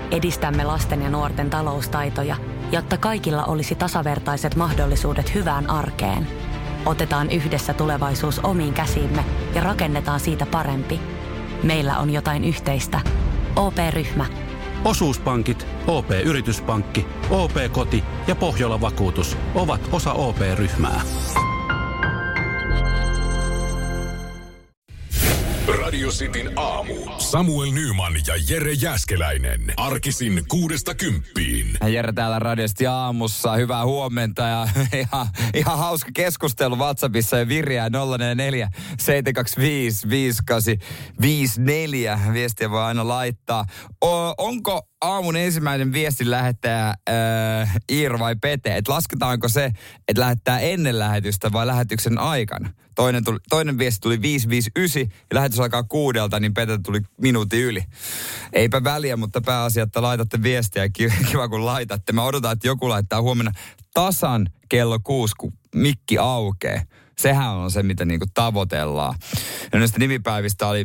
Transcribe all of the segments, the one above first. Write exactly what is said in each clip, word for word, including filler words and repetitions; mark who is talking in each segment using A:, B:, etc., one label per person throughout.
A: edistämme lasten ja nuorten taloustaitoja, jotta kaikilla olisi tasavertaiset mahdollisuudet hyvään arkeen. Otetaan yhdessä tulevaisuus omiin käsiimme ja rakennetaan siitä parempi. Meillä on jotain yhteistä. O P-ryhmä.
B: Osuuspankit, O P-yrityspankki, O P-koti ja Pohjola-vakuutus ovat osa O P-ryhmää.
C: Radio Cityn aamu. Samuel Nyman ja Jere Jääskeläinen. Arkisin kuudesta kymppiin.
D: Jere täällä radiosti aamussa. Hyvää huomenta ja ihan, ihan hauska keskustelu WhatsAppissa ja viriää nolla neljä seitsemän kaksi viisi viisi kahdeksan viisi neljä. Viestiä voi aina laittaa. O, onko aamun ensimmäinen viestin lähettäjä äh, Iir vai Pete? Et lasketaanko se, että lähettää ennen lähetystä vai lähetyksen aikana? Toinen, tuli, toinen viesti tuli viisi viisi yhdeksän ja lähetys alkaa kuudelta, niin Pete tuli minuutin yli. Eipä väliä, mutta pääasia, että laitatte viestiä. Kiva, kun laitatte. Mä odotan, että joku laittaa huomenna tasan kello kuusi, kun mikki aukeaa. Sehän on se, mitä niinku tavoitellaan. Ja näistä nimipäivistä oli...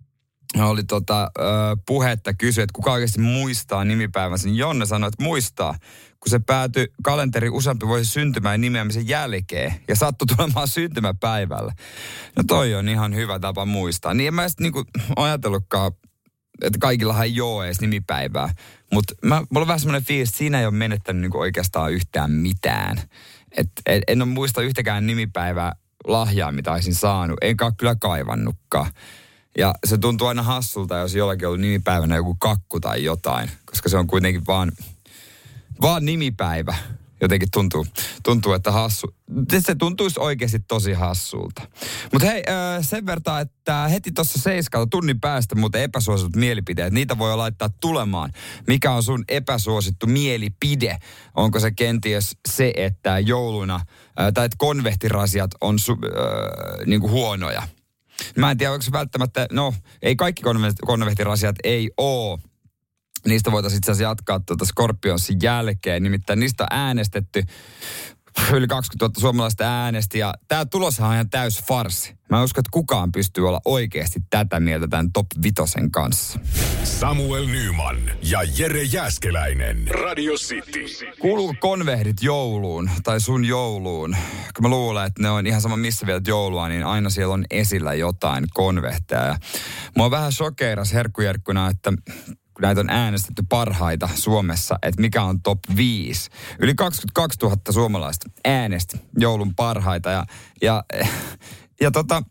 D: Oli tota, ö, puhetta kysyä, että kuka oikeasti muistaa nimipäivänsä. Jonne sanoi, että muistaa, kun se päätyi kalenteri useampi vuosi syntymään nimeämisen jälkeen ja sattui tulemaan syntymäpäivällä. No toi on ihan hyvä tapa muistaa. Niin en mä sitten niinku ajatellutkaan, että kaikillahan ei ole edes nimipäivää. Mutta mulla on vähän semmoinen fiilis, että siinä ei ole menettänyt niinku oikeastaan yhtään mitään. Et, et, en ole muista yhtäkään nimipäivää lahjaa, mitä olisin saanut. Enkä ole kyllä kaivannutkaan. Ja se tuntuu aina hassulta, jos jollakin on ollut nimipäivänä joku kakku tai jotain, koska se on kuitenkin vaan, vaan nimipäivä. Jotenkin tuntuu, tuntuu, että hassu. Se tuntuisi oikeasti tosi hassulta. Mutta hei, sen verran, että heti tuossa seiskalla tunnin päästä muuten epäsuositut mielipiteet, niitä voi laittaa tulemaan. Mikä on sun epäsuosittu mielipide? Onko se kenties se, että jouluna, tai että konvehtirasiat on su, äh, niinku huonoja? Mä en tiedä, onko se välttämättä, no ei kaikki konvehtirasiat ei oo. Niistä voitaisiin itse asiassa jatkaa tuota Scorpionsin jälkeen. Nimittäin niistä on äänestetty yli kaksikymmentätuhatta suomalaista äänesti. Ja tää tuloshan on ihan täys farssi. Mä uskon, että kukaan pystyy olla oikeasti tätä mieltä tämän top vitosen kanssa.
C: Samuel Nyman ja Jere Jääskeläinen. Radio City.
D: Kuuluuko konvehdit jouluun tai sun jouluun? Kun mä luulen, että ne on ihan sama missä vietät joulua, niin aina siellä on esillä jotain konvehteja. Ja mä oon vähän shokeiras herkkujerkkuna, että näitä on äänestetty parhaita Suomessa, että mikä on top viisi. Yli kaksikymmentäkaksituhatta suomalaista äänesti joulun parhaita ja, ja, ja tota,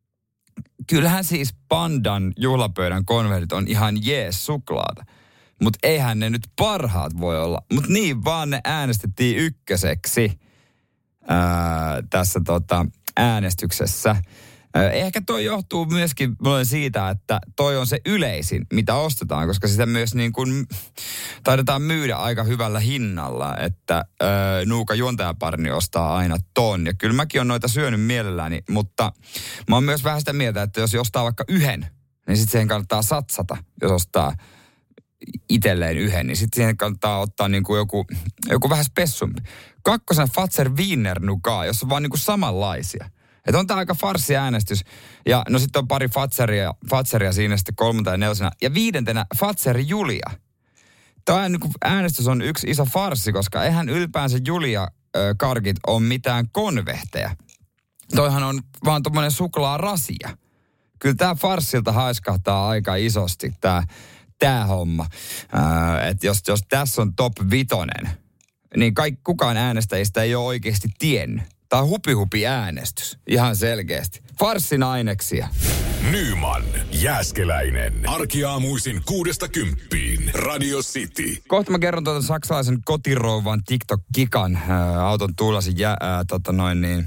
D: kyllähän siis Pandan juhlapöydän konvehdit on ihan jees suklaata. Mutta eihän ne nyt parhaat voi olla. Mutta niin vaan ne äänestettiin ykköseksi ää, tässä tota, äänestyksessä. Ehkä toi johtuu myöskin siitä, että toi on se yleisin, mitä ostetaan, koska sitä myös niin kuin taidetaan myydä aika hyvällä hinnalla, että äh, Nuuka juontajaparni ostaa aina ton. Ja kyllä mäkin olen noita syönyt mielelläni, mutta mä oon myös vähän sitä mieltä, että jos ostaa vaikka yhden, niin sitten siihen kannattaa satsata, jos ostaa itselleen yhden, niin sitten siihen kannattaa ottaa niin kuin joku, joku vähän spessumpi. Kakkosen Fazer Wiener Nougat, jos on vaan niin kuin samanlaisia. Että on tää aika farssi äänestys. Ja no sitten on pari Fazeria, Fazeria siinä sitten kolmantena ja nelosena. Ja viidentenä Fazer Julia. Tämä niin äänestys on yksi iso farssi, koska eihän ylipäänsä Julia-karkit ole mitään konvehteja. Toihan on vaan tommonen suklaarasia. Kyllä tää farssilta haiskahtaa aika isosti tää, tää homma. Että jos, jos tässä on top vitonen, niin kaik, kukaan äänestäjistä ei ole oikeasti tiennyt. Tämä on hupi-hupi äänestys. Ihan selkeästi. Farssin aineksia.
C: Nyman, Jääskeläinen. Arkiaamuisin kuudesta kymppiin. Radio City.
D: Kohta mä kerron tuota saksalaisen kotirouvan TikTok-kikan ää, auton tuulasin jä, ää, tota noin niin,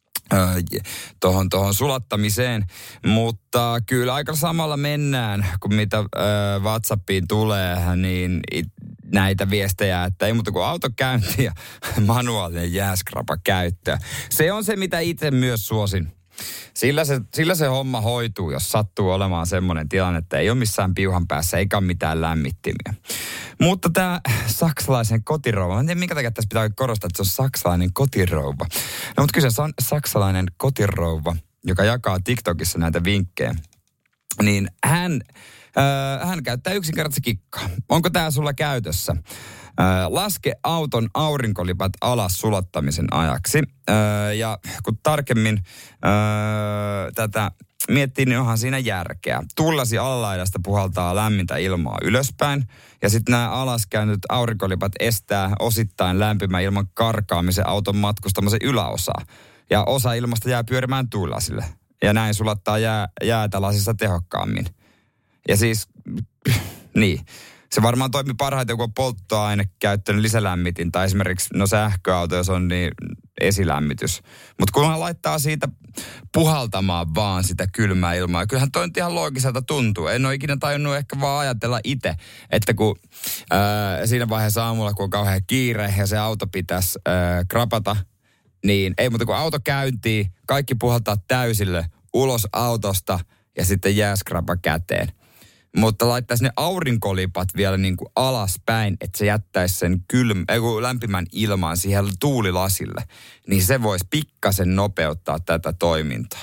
D: tuohon tohon sulattamiseen. Mutta kyllä aika samalla mennään, kun mitä ää, WhatsAppiin tulee, niin it, näitä viestejä, että ei muuta kuin autokäynti ja manuaalinen jääskrapa käyttö. Se on se, mitä itse myös suosin. Sillä se, sillä se homma hoituu, jos sattuu olemaan semmoinen tilanne, että ei ole missään piuhan päässä eikä ole mitään lämmittimiä. Mutta tämä saksalaisen kotirouva, en tiedä minkä takia tässä pitää korostaa, että se on saksalainen kotirouva. No mutta kyseessä on saksalainen kotirouva, joka jakaa TikTokissa näitä vinkkejä. Niin hän Öö, hän käyttää yksinkertaisesti kikkaa. Onko tää sulla käytössä? Öö, laske auton aurinkolipat alas sulattamisen ajaksi. Öö, ja kun tarkemmin öö, tätä miettii, niin onhan siinä järkeä. Tullasi alalaidasta puhaltaa lämmintä ilmaa ylöspäin. Ja sitten nämä alaskäännyt aurinkolipat estää osittain lämpimän ilman karkaamisen auton matkustamisen yläosaa. Ja osa ilmasta jää pyörimään tuulilasille. Ja näin sulattaa jää, jäätä lasissa tehokkaammin. Ja siis, niin. Se varmaan toimii parhaiten, kun on polttoainekäyttöinen lisälämmitin. Tai esimerkiksi, no sähköauto, jos on, niin esilämmitys. Mutta kun laittaa siitä puhaltamaan vaan sitä kylmää ilmaa. Kyllähän toi ihan loogiselta tuntuu. En ole ikinä tajunnut ehkä vaan ajatella itse, että kun ää, siinä vaiheessa aamulla, kun on kauhean kiire ja se auto pitäisi ää, krapata, niin ei muuta kuin auto käyntiin, kaikki puhaltaa täysille ulos autosta ja sitten jääskrapa käteen. Mutta laittaisi ne aurinkolipat vielä niin kuin alaspäin, että se jättäisi sen kylm, ei, lämpimän ilman siihen tuulilasille. Niin se voisi pikkasen nopeuttaa tätä toimintaa.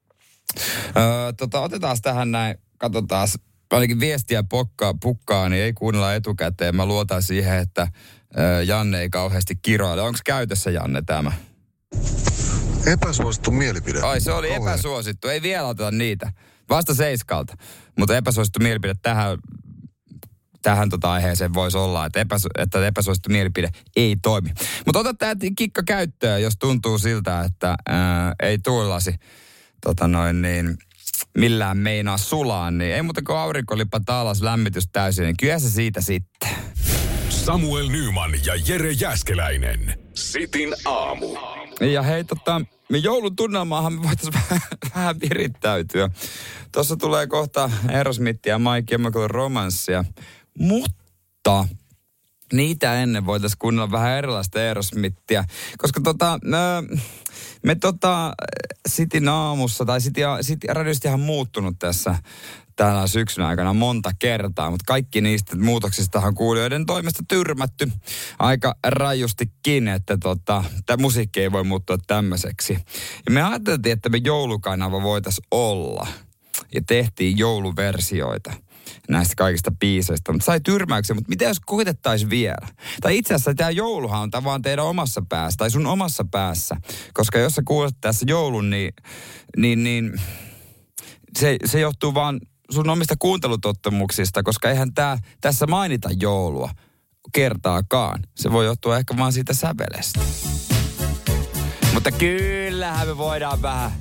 D: Öö, tota, otetaan tähän näin, katsotaan, ainakin viestiä pokkaa, pukkaa, niin ei kuunnella etukäteen. Mä luotan siihen, että öö, Janne ei kauheasti kiroile. Onko käytössä, Janne, tämä?
E: Epäsuosittu mielipide.
D: Ai, se oli Kauhean. epäsuosittu. Ei vielä oteta niitä. Vasta seiskalta. Mutta epäsuosittu mielipide tähän, tähän tota aiheeseen voisi olla, että, epäsu, että epäsuosittu mielipide ei toimi. Mutta ota tämä kikka käyttöön, jos tuntuu siltä, että ää, ei tuulilasi tota noin niin, millään meinaa sulaan. Niin ei muuta kuin aurinkolipat alas, lämmitys täysin, niin kyllä se siitä sitten.
C: Samuel Nyman ja Jere Jääskeläinen. Sitin aamu.
D: Ja hei, tota, me joulun tunnelmaahan me voitaisiin vähän, vähän virittäytyä. Tuossa tulee kohta Aerosmithia ja My Chemical Romancea, mutta niitä ennen voitaisiin kuunnella vähän erilaista Aerosmithia. Koska tota, me, me tota, Sitin aamussa, tai City, City radiosti ihan muuttunut tässä täällä syksyn aikana monta kertaa, mutta kaikki niistä muutoksistahan kuulijoiden toimesta tyrmätty aika rajustikin, että tota, tämä musiikki ei voi muuttua tämmöiseksi. Ja me ajateltiin, että me joulukanava voitaisiin olla, ja tehtiin jouluversioita näistä kaikista biiseistä, mutta sai tyrmäyksen, mutta mitä jos koitettaisiin vielä? Tai itse asiassa tämä jouluhan on vaan teidän omassa päässä, tai sun omassa päässä, koska jos sä kuulet tässä joulun, niin, niin, niin se, se johtuu vaan sun omista kuuntelutottumuksista, koska eihän tää, tässä mainita joulua kertaakaan. Se voi johtua ehkä vaan siitä sävelestä. Mutta kyllähän me voidaan vähän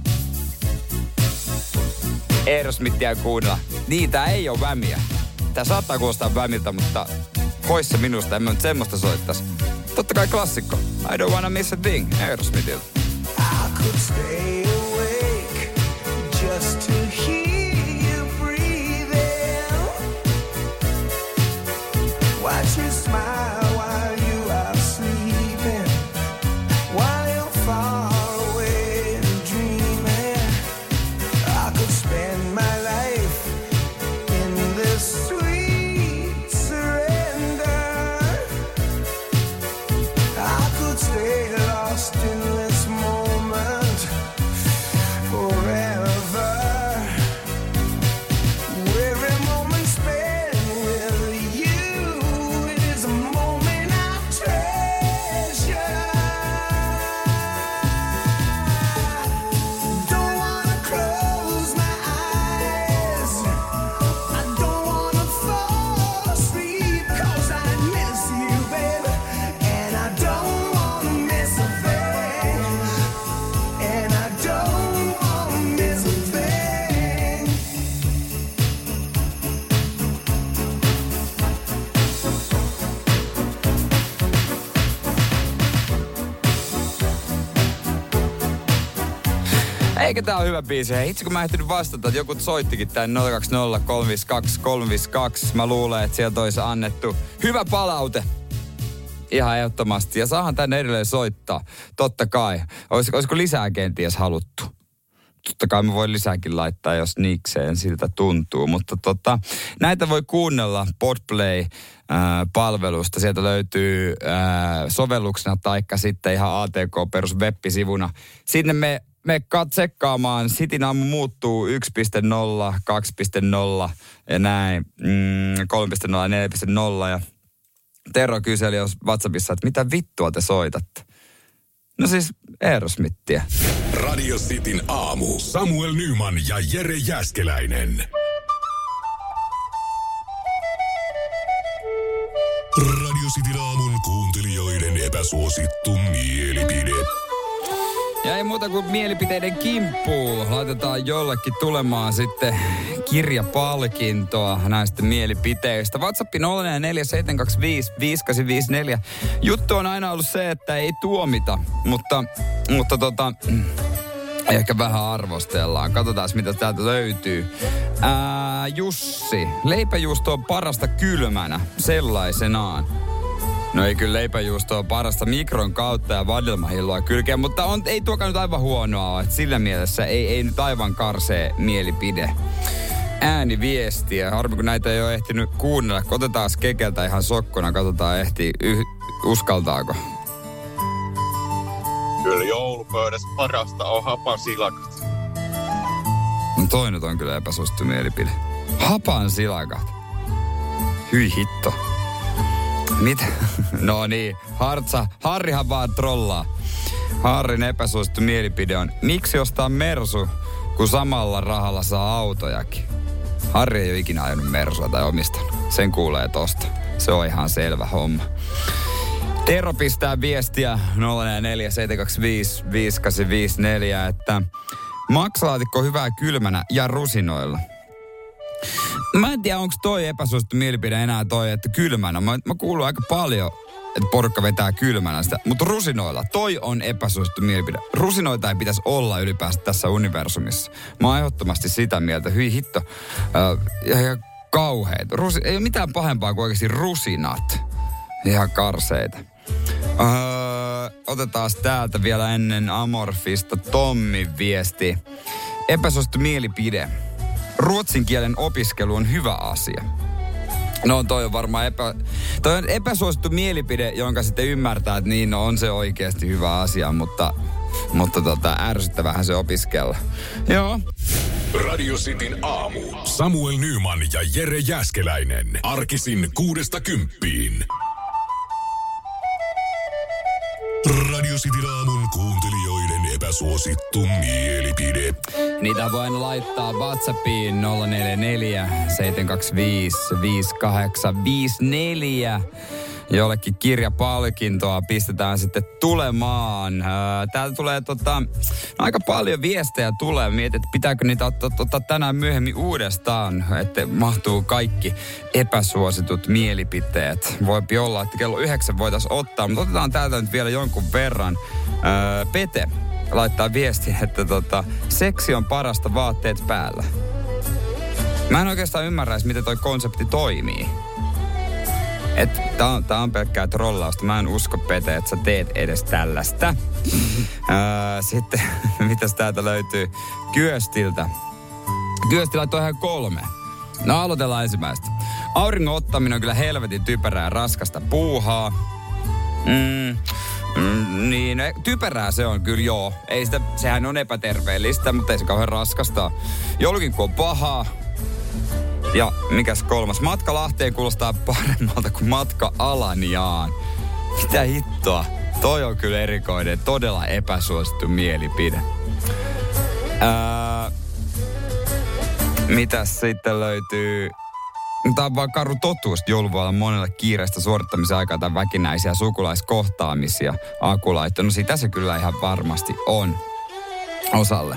D: Aerosmithia kuunnella. Niitä ei ole vämiä. Tää saattaa kuulostaa vämiltä, mutta pois se minusta, en mä nyt semmoista soittais. Totta kai klassikko. I don't wanna miss a thing Aerosmithilta.
F: I could stay awake just to hear. Watch you smile while you are sleeping, while you're far away and dreaming. I could spend my life in this sweet surrender. I could stay lost in this moment forever. Every moment spent with you,
D: Eikä tää ole hyvä biisi. Hei, itse kun mä ehtinyt vastata, että joku soittikin tän nolla kaksi nolla kolme viisi kaksi kolme viisi kaksi. Mä luulen, että sieltä olisi annettu hyvä palaute. Ihan ehdottomasti. Ja saahan tänne edelleen soittaa. Totta kai. Olis, olisiko lisää kenties haluttu? Totta kai mä voin lisääkin laittaa, jos niikseen siltä tuntuu. Mutta tota, näitä voi kuunnella Podplay-palvelusta. Sieltä löytyy ää, sovelluksena taikka sitten ihan A T K perus web-sivuna. Sinne me mekkaa tsekkaamaan. Cityn aamu muuttuu yksi piste nolla, kaksi piste nolla ja näin. Mm, kolme piste nolla, neljä piste nolla ja Tero kyseli jos WhatsAppissa, että mitä vittua te soitatte? No siis Aerosmithia.
C: Radio Cityn aamu. Samuel Nyman ja Jere Jääskeläinen. Radio Cityn aamun kuuntelijoiden epäsuosittu mielipide.
D: Ja ei muuta kuin mielipiteiden kimppuun. Laitetaan jollekin tulemaan sitten kirjapalkintoa näistä mielipiteistä. WhatsApp nolla neljä seitsemän kaksi viisi viisi kahdeksan viisi neljä. Juttu on aina ollut se, että ei tuomita, mutta, mutta tota, ehkä vähän arvostellaan. Katsotaan, mitä täältä löytyy. Ää, Jussi, leipäjuusto on parasta kylmänä sellaisenaan. No ei kyllä leipäjuustoa parasta mikron kautta ja vadelmahilloa kylkeen, mutta on, ei tuokaan nyt aivan huonoa ole. Sillä mielessä ei, ei nyt aivan karsee mielipide. Ääniviestiä. Harmi kun näitä ei ole ehtinyt kuunnella. Otetaan Kekeltä ihan sokkona, katsotaan ehtii, yh, uskaltaako.
E: Kyllä joulupöydässä parasta on hapan silakat.
D: No toi nyt on kyllä epäsuosittu mielipide. Hapan silakat. Hyi hitto. Mitä? No niin, Hartsa, Harrihan vaan trollaa. Harrin epäsuosittu mielipide on, miksi ostaa Mersu, kun samalla rahalla saa autojakin? Harri ei ole ikinä ajanut Mersua tai omistanut. Sen kuulee tosta. Se on ihan selvä homma. Tero pistää viestiä nolla neljä seitsemän kaksi viisi viisi kahdeksan viisi neljä, että maksalaatikko hyvää kylmänä ja rusinoilla. Mä en tiedä, onko toi epäsuosittu mielipide enää toi, että kylmänä. Mä, mä kuulun aika paljon, että porukka vetää kylmänä sitä. Mutta rusinoilla, toi on epäsuosittu mielipide. Rusinoita ei pitäisi olla ylipäänsä tässä universumissa. Mä oon ehdottomasti sitä mieltä. Hyi hitto. Äh, ja kauheita. Rusi, ei ole mitään pahempaa kuin oikeasti rusinat. Ihan karseita. Öö, otetaan täältä vielä ennen Amorfista Tommin viesti. Epäsuosittu mielipide. Ruotsin kielen opiskelu on hyvä asia. No toi on varmaan epä, toi on epäsuosittu mielipide, jonka sitten ymmärtää, että niin no, on se oikeasti hyvä asia, mutta, mutta tota, ärsyttävähän se opiskella. Joo.
C: Radio Cityn aamu. Samuel Nyman ja Jere Jääskeläinen. Arkisin kuudesta kymppiin. Radio Cityn aamun kuuntelijoiden epäsuosittu mielipide.
D: Niitä voin laittaa WhatsAppiin nolla neljä neljä seitsemän kaksi viisi viisi kahdeksan viisi neljä. Jollekin kirjapalkintoa pistetään sitten tulemaan. Täältä tulee tota, aika paljon viestejä tulee. Mietit, että pitääkö niitä ottaa, ottaa tänään myöhemmin uudestaan, että mahtuu kaikki epäsuositut mielipiteet. Voipi olla, että kello yhdeksän voitaisiin ottaa, mutta otetaan täältä nyt vielä jonkun verran. Öö, Pete laittaa viesti, että tota, seksi on parasta vaatteet päällä. Mä en oikeastaan ymmärrä, miten toi konsepti toimii. Että tää on, tää on pelkkää trollausta. Mä en usko, Pete, että sä teet edes tällaista. öö, sitten, mitäs täältä löytyy? Kyöstiltä. Kyösti laittoi ihan kolme. No aloitellaan ensimmäistä. Auringon ottaminen on kyllä helvetin typerää ja raskasta puuhaa. Mm, mm, niin, typerää se on kyllä, joo. Ei sitä, sehän on epäterveellistä, mutta ei se kauhean raskasta. Jollakin kun on pahaa. Ja mikäs kolmas? Matka Lahteen kuulostaa paremmalta kuin matka Alaniaan. Mitä hittoa? Toi on kyllä erikoinen, todella epäsuosittu mielipide. Ää, mitäs sitten löytyy? Tämä on vaan karu totuus, että joulu voi olla monelle kiireistä suorittamisen aikaa tai väkinäisiä sukulaiskohtaamisia akulaitto. No sitä se kyllä ihan varmasti on osalle.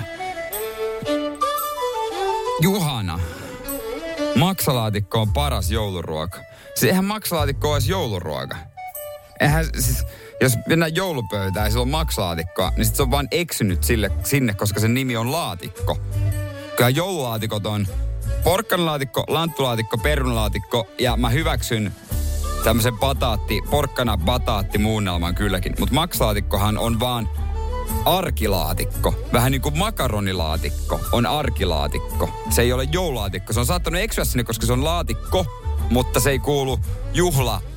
D: Juhana. Maksalaatikko on paras jouluruoka. Siis eihän maksalaatikko ole edes jouluruoka. Eihän siis, jos mennään joulupöytään ja sillä on maksalaatikkoa, niin sit se on vaan eksynyt sille, sinne, koska sen nimi on laatikko. Kyllä joululaatikot on porkkanalaatikko, lanttulaatikko, perunalaatikko ja mä hyväksyn tämmöisen bataatti, porkkana bataatti muunnelman kylläkin. Mutta maksalaatikkohan on vaan arkilaatikko. Vähän niin kuin makaronilaatikko on arkilaatikko. Se ei ole joululaatikko. Se on saattanut eksyä sinne, koska se on laatikko, mutta se ei kuulu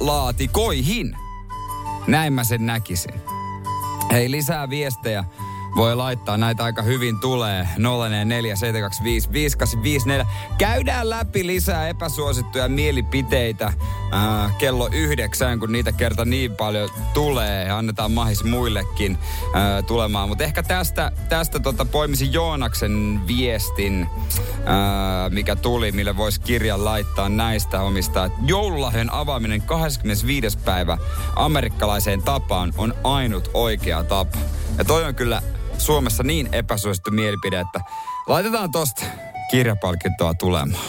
D: juhlalaatikoihin. Näin mä sen näkisin. Hei, lisää viestejä voi laittaa. Näitä aika hyvin tulee. nolla neljä seitsemän kaksi viisi viisi kahdeksan viisi neljä. Käydään läpi lisää epäsuosittuja mielipiteitä äh, kello yhdeksään, kun niitä kerta niin paljon tulee. Annetaan mahis muillekin äh, tulemaan. Mutta ehkä tästä, tästä tota poimisin Joonaksen viestin, äh, mikä tuli, mille voisi kirjan laittaa näistä omista. Joululahjan avaaminen kahdeskymmenesviides päivä amerikkalaiseen tapaan on ainut oikea tapa. Ja toi on kyllä Suomessa niin epäsuosittu mielipide, että laitetaan tosta kirjapalkintoa tulemaan.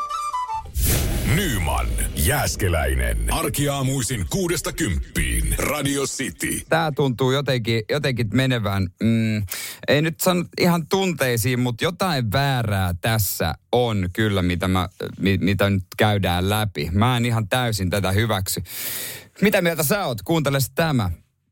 C: Nyman, Jääskeläinen. Arkiaamuisin kuudesta kymppiin. Radio City.
D: Tää tuntuu jotenkin, jotenkin menevän, mm, ei nyt sano ihan tunteisiin, mutta jotain väärää tässä on kyllä, mitä, mä, mitä nyt käydään läpi. Mä en ihan täysin tätä hyväksy. Mitä mieltä sä oot? Kuunteles tämä.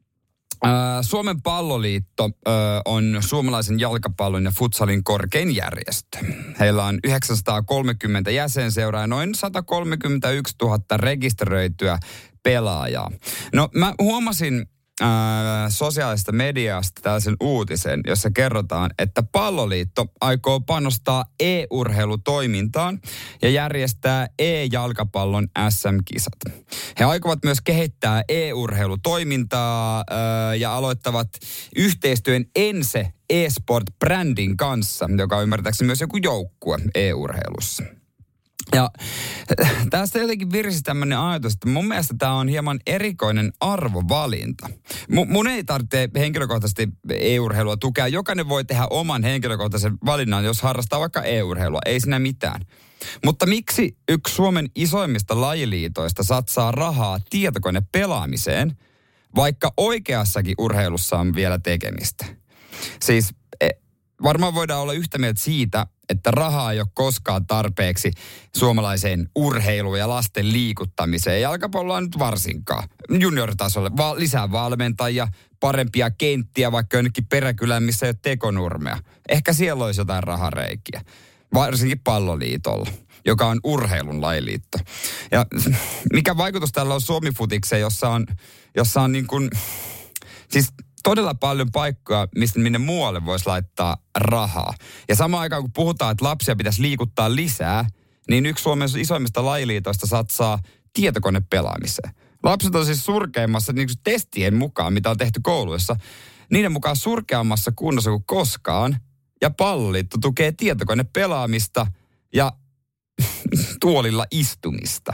D: Suomen palloliitto on suomalaisen jalkapallon ja futsalin korkein järjestö. Heillä on yhdeksänsataakolmekymmentä jäsenseuraa ja noin sata kolmekymmentäyksituhatta rekisteröityä pelaajaa. No mä huomasin ää, sosiaalisesta mediasta tällaisen uutisen, jossa kerrotaan, että palloliitto aikoo panostaa e-urheilutoimintaan ja järjestää e-jalkapallon äs äm-kisat. He aikovat myös kehittää e-urheilutoimintaa ää, ja aloittavat yhteistyön Ense eSport-brändin kanssa, joka on ymmärtääkseni myös joku joukkue e-urheilussa. Ja tästä jotenkin virisi tämmöinen ajatus, että mun mielestä tämä on hieman erikoinen arvovalinta. M- mun ei tarvitse henkilökohtaisesti e-urheilua tukea. Jokainen voi tehdä oman henkilökohtaisen valinnan, jos harrastaa vaikka e-urheilua. Ei siinä mitään. Mutta miksi yksi Suomen isoimmista lajiliitoista satsaa rahaa tietokonepelaamiseen, vaikka oikeassakin urheilussa on vielä tekemistä? Siis varmaan voidaan olla yhtä mieltä siitä, että rahaa ei ole koskaan tarpeeksi suomalaiseen urheiluun ja lasten liikuttamiseen. Jalkapalloa nyt varsinkaan. Junioritasolle Va- lisää valmentajia, parempia kenttiä vaikka jonnekin peräkylään, missä ei ole tekonurmea. Ehkä siellä olisi jotain rahareikiä. Varsinkin palloliitolla, joka on urheilun lajiliitto. Ja mikä vaikutus tällä on Suomi-futikseen, jossa on, jossa on niin kuin, siis todella paljon paikkoja, mistä minne muualle voisi laittaa rahaa. Ja samaan aikaan, kun puhutaan, että lapsia pitäisi liikuttaa lisää, niin yksi Suomen isoimmista lajiliitoista satsaa tietokonepelaamiseen. Lapset on siis surkeimmassa niin testien mukaan, mitä on tehty kouluissa, niiden mukaan surkeammassa kunnossa kuin koskaan. Ja palloliitto tukee tietokonepelaamista ja tuolilla istumista.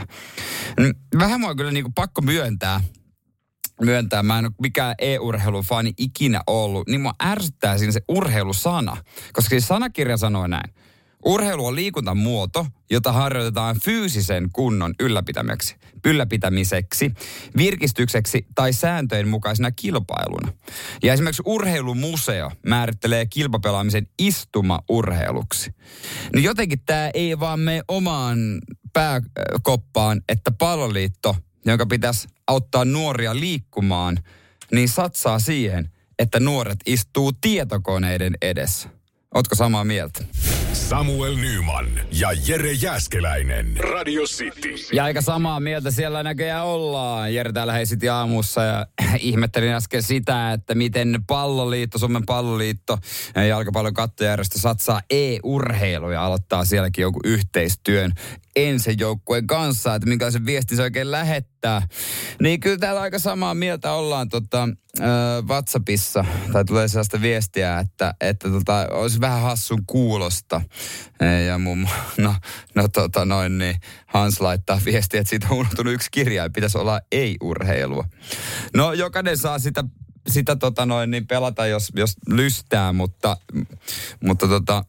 D: Vähän mua on kyllä niin kuin pakko myöntää, myöntää. Mä en ole mikään e-urheilufani ikinä ollut, niin mua ärsyttää siinä se urheilusana. Koska siis sanakirja sanoo näin. Urheilu on liikuntamuoto, jota harjoitetaan fyysisen kunnon ylläpitämiseksi, ylläpitämiseksi, virkistykseksi tai sääntöjen mukaisena kilpailuna. Ja esimerkiksi urheilumuseo määrittelee kilpapelaamisen istumaurheiluksi. Niin jotenkin tämä ei vaan mene omaan pääkoppaan, että palloliitto, jonka pitäisi auttaa nuoria liikkumaan, niin satsaa siihen, että nuoret istuu tietokoneiden edessä. Ootko samaa mieltä?
C: Samuel Nyman ja Jere Jääskeläinen. Radio City.
D: Ja aika samaa mieltä siellä näköjään ollaan. Jere täällä hei City aamussa ja ihmettelin äsken sitä, että miten palloliitto, Suomen palloliitto, jalkapallon kattojärjestö satsaa e-urheilu ja aloittaa sielläkin joku yhteistyön ensin joukkueen kanssa, että minkälaisen viestin se oikein lähettää. Niin kyllä täällä aika samaa mieltä ollaan tota, äh, WhatsAppissa, tai tulee sellaista viestiä, että, että tota, olisi vähän hassun kuulosta. Ja mummo, no, no tota noin, niin Hans laittaa viestiä, että siitä on unohtunut yksi kirja, ja pitäisi olla ei-urheilua. No jokainen saa sitä, sitä tota noin, niin pelata, jos, jos lystää, mutta, mutta tota,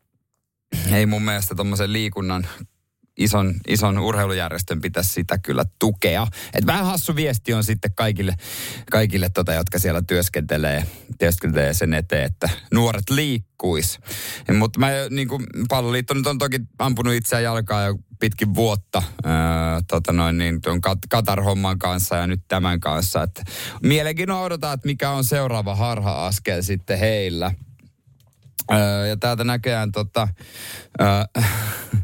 D: ei mun mielestä tommosen liikunnan ison, ison urheilujärjestön pitäisi sitä kyllä tukea. Et vähän hassu viesti on sitten kaikille, kaikille tota, jotka siellä työskentelee, työskentelee sen eteen, että nuoret liikkuis. Mutta mä niin kuin palloliitto nyt on toki ampunut itseään jalkaa jo pitkin vuotta ää, tota noin, niin tuon Katar-homman kanssa ja nyt tämän kanssa. Et mielenkiinnolla odotaan, että mikä on seuraava harha-askel sitten heillä. Ää, ja täältä näköjään tota... Ää,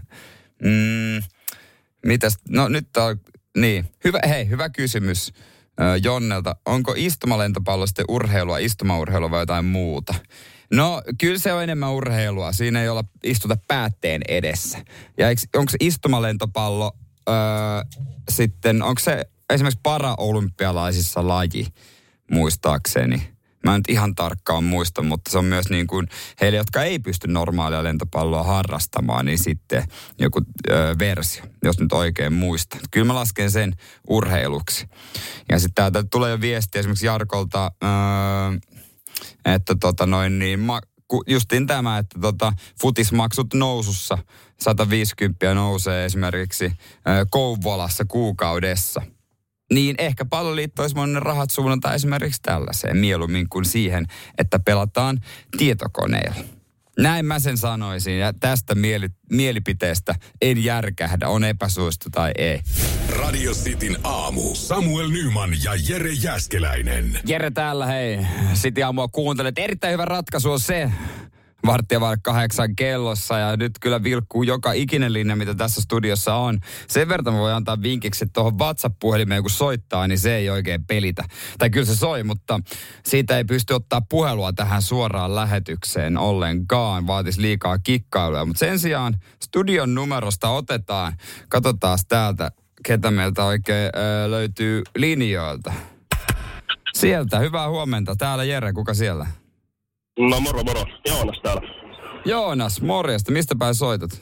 D: Mm, mitäs? No nyt on, niin. Hyvä, hei, hyvä kysymys. Jonnelta, onko istumalentopallo sitten urheilua, istumaurheilua vai jotain muuta? No, kyllä se on enemmän urheilua. Siinä ei olla istuta päätteen edessä. Ja onko se istumalentopallo öö, sitten, onko se esimerkiksi paraolympialaisissa laji, muistaakseni? Mä en nyt ihan tarkkaan muista, mutta se on myös niin kuin heille, jotka ei pysty normaalia lentopalloa harrastamaan, niin sitten joku ö, versio, jos nyt oikein muistan. Kyllä mä lasken sen urheiluksi. Ja sitten täältä tulee jo viesti esimerkiksi Jarkolta, ö, että tota noin niin, ma, justiin tämä, että tota, futismaksut nousussa, sata viisikymmentä nousee esimerkiksi ö, Kouvolassa kuukaudessa. Niin ehkä Palloliitto olisi monen rahat suunnata esimerkiksi tällaiseen mieluummin kuin siihen, että pelataan tietokoneilla. Näin mä sen sanoisin ja tästä mieli, mielipiteestä en järkähdä, on epäsuosittu tai ei.
C: Radio Cityn aamu. Samuel Nyman ja Jere Jääskeläinen.
D: Jere täällä, hei. City aamua kuuntelet. Erittäin hyvä ratkaisu on se. Varttia vaille kahdeksan kellossa ja nyt kyllä vilkkuu joka ikinen linja, mitä tässä studiossa on. Sen verran voi antaa vinkiksi, että tuohon WhatsApp-puhelimeen kun soittaa, niin se ei oikein pelitä. Tai kyllä se soi, mutta siitä ei pysty ottaa puhelua tähän suoraan lähetykseen ollenkaan. Vaatisi liikaa kikkailua, mutta sen sijaan studion numerosta otetaan. Katsotaan täältä, ketä meiltä oikein ö, löytyy linjoilta. Sieltä, hyvää huomenta. Täällä Jere, kuka siellä?
E: No moro moro, Joonas täällä.
D: Joonas, morjesta. Mistä päin soitat?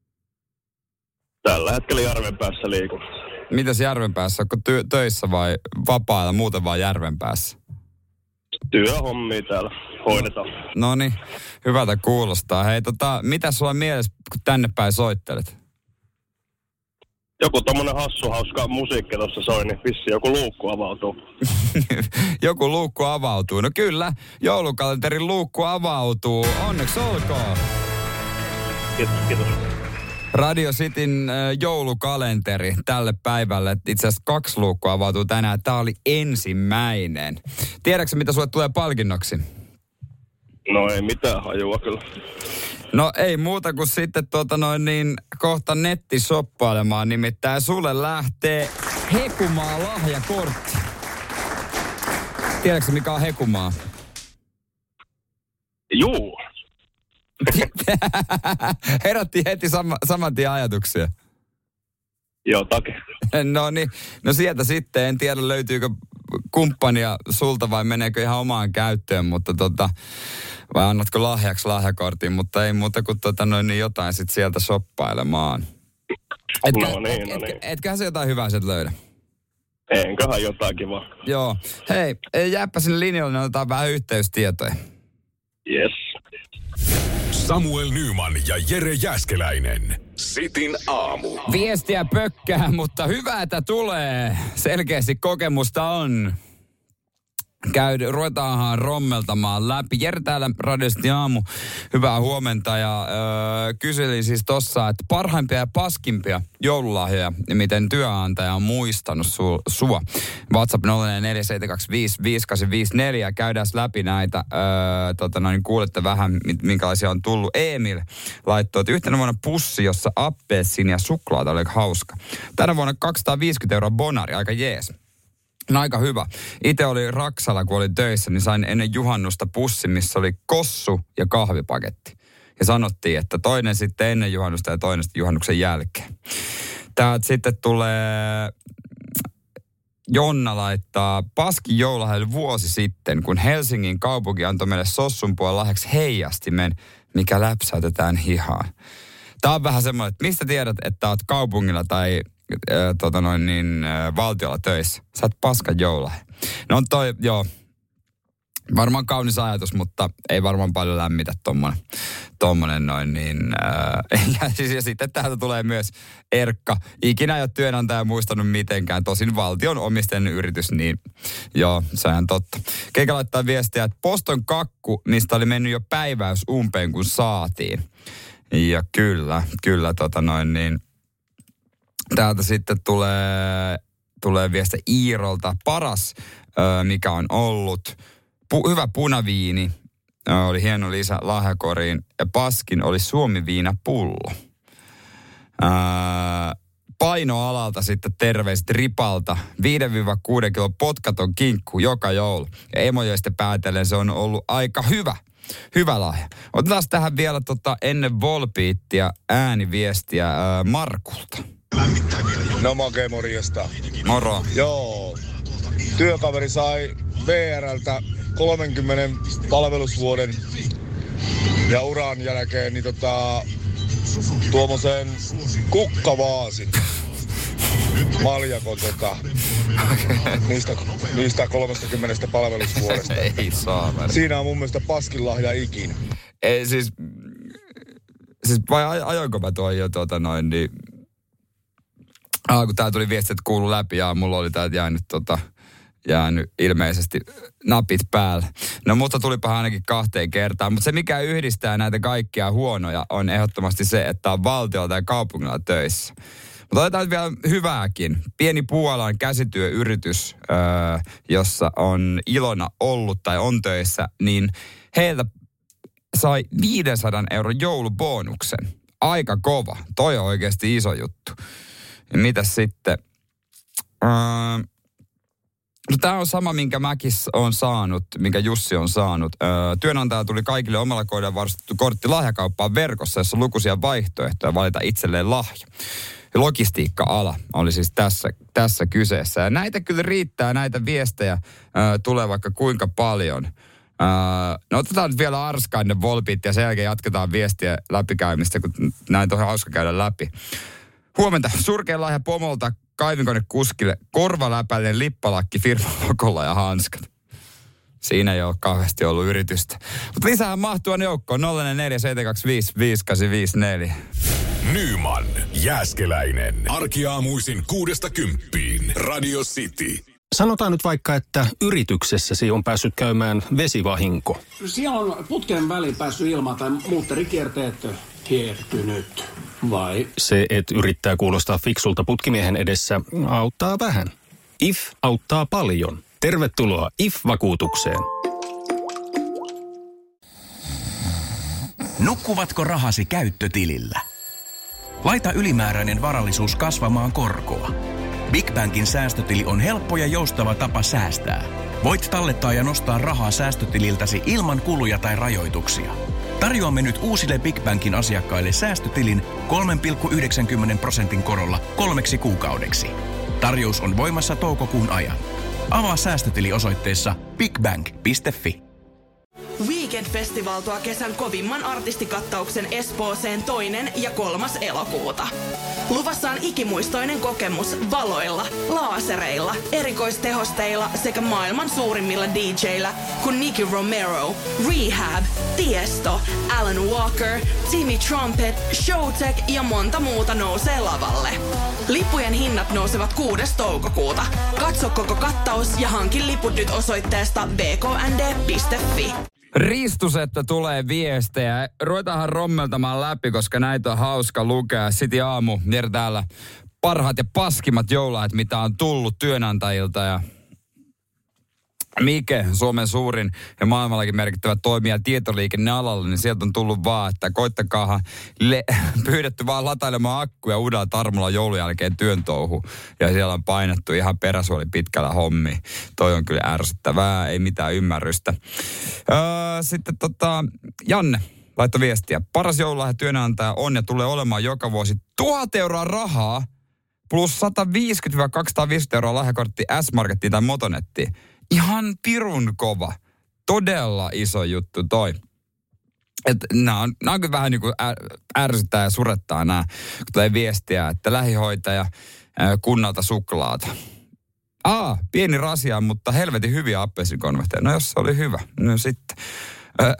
E: Tällä hetkellä Järvenpäässä liikun.
D: Mitäs Järvenpäässä? Onko ty- töissä vai vapailla, muuten vaan Järvenpäässä?
E: Työhommia täällä hoidetaan.
D: No niin, hyvältä kuulostaa. Hei, tota, mitä sulla on mielessä, kun tänne päin soittelet?
E: Joku tommonen hassu hauska musiikki tuossa soi, niin vissi joku luukku avautuu.
D: Joku luukku avautuu. No kyllä, joulukalenterin luukku avautuu. Onneksi olkoon.
E: Kiitos, kiitos.
D: Radio Cityn äh, joulukalenteri tälle päivälle. Itse asiassa kaksi luukkua avautuu tänään. Tämä oli ensimmäinen. Tiedätkö, mitä sulle tulee palkinnoksi?
E: No ei mitään hajua kyllä.
D: No ei muuta kuin sitten tuota noin niin kohta nettisoppailemaan. Nimittäin sulle lähtee Hekumaa lahjakortti. Tiedätkö mikä on Hekumaa?
E: Juu.
D: Herätti heti sama, saman tien ajatuksia.
E: Jotakin.
D: No niin, no sieltä sitten. En tiedä löytyykö kumppania sulta vai meneekö ihan omaan käyttöön, mutta tota, vai annatko lahjaksi lahjakortin, mutta ei muuta kuin tota noin niin jotain sitten sieltä shoppailemaan. Etkä,
E: no niin,
D: et,
E: no niin.
D: Et, etköhän se jotain hyvää sieltä löydä?
E: Enköhän jotain kivaa.
D: Joo. Hei, jääpä sinne linjalle, niin otetaan vähän yhteystietoja.
E: Yes.
C: Samuel Nyman ja Jere Jääskeläinen. Cityn aamu.
D: Viestiä pökkää, mutta hyvää, että tulee. Selkeästi kokemusta on. Käy, ruvetaanhan rommeltamaan läpi. Jere täällä Radio Cityn aamu. Hyvää huomenta ja öö, kyselin siis tossa, että parhaimpia ja paskimpia joululahjoja, miten työnantaja on muistanut su, sua. WhatsApp nolla neljä seitsemän kaksi viisi viisi kahdeksan viisi neljä. Käydään läpi näitä. Öö, tota noin, kuulette vähän, minkälaisia on tullut. Emil laittoi, että yhtenä vuonna pussi, jossa appelsiini ja suklaata oli hauska. Tänä vuonna kaksisataaviisikymmentä euroa bonari, aika jees. No aika hyvä. Itse oli Raksalla, kun olin töissä, niin sain ennen juhannusta pussi, missä oli kossu ja kahvipaketti. Ja sanottiin, että toinen sitten ennen juhannusta ja toinen sitten juhannuksen jälkeen. Täältä sitten tulee, Jonna laittaa, paskin joululahja vuosi sitten, kun Helsingin kaupunki antoi meille sossun puolella lahjaksi heijastimen, mikä läpsäytetään hihaan. Tämä on vähän semmoinen, että mistä tiedät, että olet kaupungilla tai äh, tota noin niin, äh, valtiolla töissä. Sä oot paskan joululahja. No toi, joo, varmaan kaunis ajatus, mutta ei varmaan paljon lämmitä tommonen, tommonen noin niin. Äh, ja, siis, ja sitten täältä tulee myös Erkka. Ikinä ei ole työnantaja muistanut mitenkään. Tosin valtion omistajan yritys, niin joo, se on totta. Keikä laittaa viestiä, että poston kakku, mistä oli mennyt jo päiväys umpeen, kun saatiin. Ja kyllä, kyllä tota noin niin. Täältä sitten tulee, tulee viestiä Iirolta. Paras, ö, mikä on ollut. Pu, hyvä punaviini, ö, oli hieno lisä lahjakoriin. Ja paskin oli suomiviinapullo. Ö, painoalalta sitten terveiset Ripalta. viidestä kuuteen kilon potkaton kinkku joka joulu. Ja emojeista päätellen se on ollut aika hyvä. Hyvä lahja. Otetaan tähän vielä tota, ennen Volbeatia ääniviestiä ää, Markulta.
G: No Make, morjesta.
D: Moro.
G: Joo. Työkaveri sai V R:ltä kolmenkymmenen palvelusvuoden ja uran jälkeen niin tota, tuommoisen kukkavaasin. Maljakon tota, niistä, niistä kolmekymmentä palvelusvuodesta.
D: Ei saa.
G: Siinä on mun mielestä paskin lahja ikinä.
D: Ei siis, siis vai ajoinko mä tuon jo tuota noin, niin ah, kun tää tuli viesti, että kuului läpi ja mulla oli täältä jäänyt tota, jäänyt ilmeisesti napit päällä. No mutta tulipa ainakin kahteen kertaan. Mutta se mikä yhdistää näitä kaikkia huonoja on ehdottomasti se, että on valtiolta ja kaupungilla töissä. Mutta otetaan nyt vielä hyvääkin. Pieni puualan käsityöyritys, öö, jossa on Ilona ollut tai on töissä, niin heiltä sai viisisataa euron joulubonuksen. Aika kova. Toi on oikeasti iso juttu. Ja mitäs sitten? Öö, no tämä on sama, minkä mäkin on saanut, minkä Jussi on saanut. Öö, työnantaja tuli kaikille omalla koodilla varustettu kortti lahjakauppaan verkossa, jossa on lukuisia vaihtoehtoja valita itselleen lahja. Logistiikka-ala oli siis tässä, tässä kyseessä. Ja näitä kyllä riittää, näitä viestejä ö, tulee vaikka kuinka paljon. Ö, no otetaan nyt vielä Arskainen Volbeat ja sen jälkeen jatketaan viestiä läpikäymistä, kun näin on hauska käydä läpi. Huomenta. Surkein lahja pomolta kaivinkonekuskille korvaläpäinen lippalakki firmalokolla ja hanskat. Siinä ei ole kauheasti ollut yritystä. Mutta lisää mahtuu joukkoon nolla neljä seitsemän kaksi viisi viisi kahdeksan viisi neljä.
C: Nyman, Jääskeläinen. Arkiaamuisin kuudesta kymppiin. Radio City.
H: Sanotaan nyt vaikka, että yrityksessäsi on päässyt käymään vesivahinko.
I: Siellä on putken väliin päässyt ilma tai muutterikierteet hiertynyt, vai?
H: Se, että yrittää kuulostaa fiksulta putkimiehen edessä, auttaa vähän. I F auttaa paljon. Tervetuloa I F-vakuutukseen.
J: Nukkuvatko rahasi käyttötilillä? Laita ylimääräinen varallisuus kasvamaan korkoa. Big Bankin säästötili on helppo ja joustava tapa säästää. Voit tallettaa ja nostaa rahaa säästötililtäsi ilman kuluja tai rajoituksia. Tarjoamme nyt uusille Big Bankin asiakkaille säästötilin kolme pilkku yhdeksänkymmentä prosentin korolla kolmeksi kuukaudeksi. Tarjous on voimassa toukokuun ajan. Avaa säästötili osoitteessa bigbank piste fi.
K: Weekend Festival tuo kesän kovimman artistikattauksen Espooseen toinen ja kolmas elokuuta. Luvassa on ikimuistoinen kokemus valoilla, laasereilla, erikoistehosteilla sekä maailman suurimmilla D J:illä kuin Nicky Romero, Rehab, Tiesto, Alan Walker, Timmy Trumpet, Showtek ja monta muuta nousee lavalle. Lippujen hinnat nousevat kuudes toukokuuta. Katso koko kattaus ja hankin liput nyt osoitteesta b k n d piste fi.
D: Ristusetta tulee viestejä. Ruvetaanhan rommeltamaan läpi, koska näitä on hauska lukea. City aamu, Jere täällä. Parhaat ja paskimmat joululahjat, mitä on tullut työnantajilta. Ja Mike, Suomen suurin ja maailmallakin merkittävä toimija tietoliikennealalla, niin sieltä on tullut vaan, että koittakaahan le- pyydetty vaan latailemaan akkuja uudella tarmolla joulun jälkeen työn touhu. Ja siellä on painettu ihan peräsuoli pitkällä hommi. Toi on kyllä ärsyttävää, ei mitään ymmärrystä. Öö, sitten tota, Janne laittoi viestiä. Paras joululahja työnantaja on ja tulee olemaan joka vuosi tuhat euroa rahaa plus sata viisikymmentä kaksisataaviisikymmentä euroa lahjakortti S-Markettiin tai Motonettiin. Ihan pirun kova. Todella iso juttu toi. Että nämä on, nämä on kyllä vähän niin kuin ärsyttää ja surettaa nämä, kun tulee viestiä, että lähihoitaja kunnalta suklaata. Aa, pieni rasia, mutta helvetin hyviä appelsikonvehteja. No jos se oli hyvä, no sitten. Öö,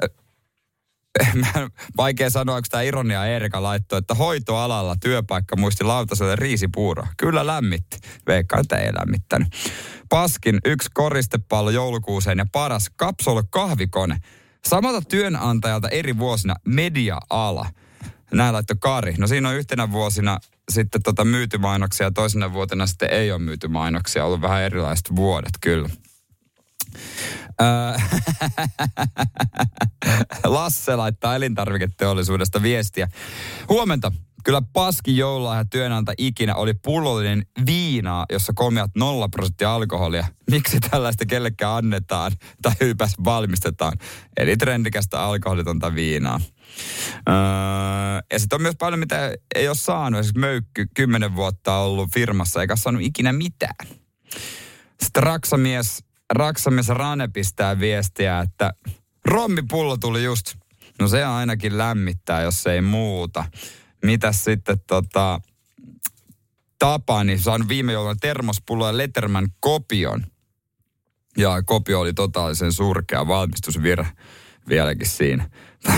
D: vaikea sanoa, onko tämä ironia Eerika laittoi, että hoitoalalla työpaikka muisti lautaselle riisipuuroa. Kyllä lämmitti. Veikkaan, että ei lämmittänyt. Paskin yksi koristepallo joulukuuseen ja paras Capsule kahvikone. Samalta työnantajalta eri vuosina media-ala. Näin laittoi Kari. No siinä on yhtenä vuosina sitten tota myyty mainoksia ja toisena vuotena sitten ei ole myyty mainoksia. Ollut vähän erilaiset vuodet kyllä. Lasse laittaa elintarviketeollisuudesta viestiä. Huomenta. kyllä paskin joululahja työnantaja ikinä oli pullollinen viinaa, jossa kolmiat nolla prosenttia alkoholia. Miksi tällaista kellekään annetaan tai ylipäänsä valmistetaan? Eli trendikästä alkoholitonta viinaa. Öö, ja sitten on myös paljon, mitä ei ole saanut. Esimerkiksi Möykky, kymmenen vuotta ollut firmassa, eikä saanut ikinä mitään. Sitten Raksamies, Raksamies Rane pistää viestiä, että rommipullo tuli just. No se ainakin lämmittää, jos ei muuta. Mitäs sitten tota, Tapani, saanut viime jouluna termospullo ja Letterman kopion. Ja kopio oli totaalisen surkea valmistusvirhe vieläkin siinä.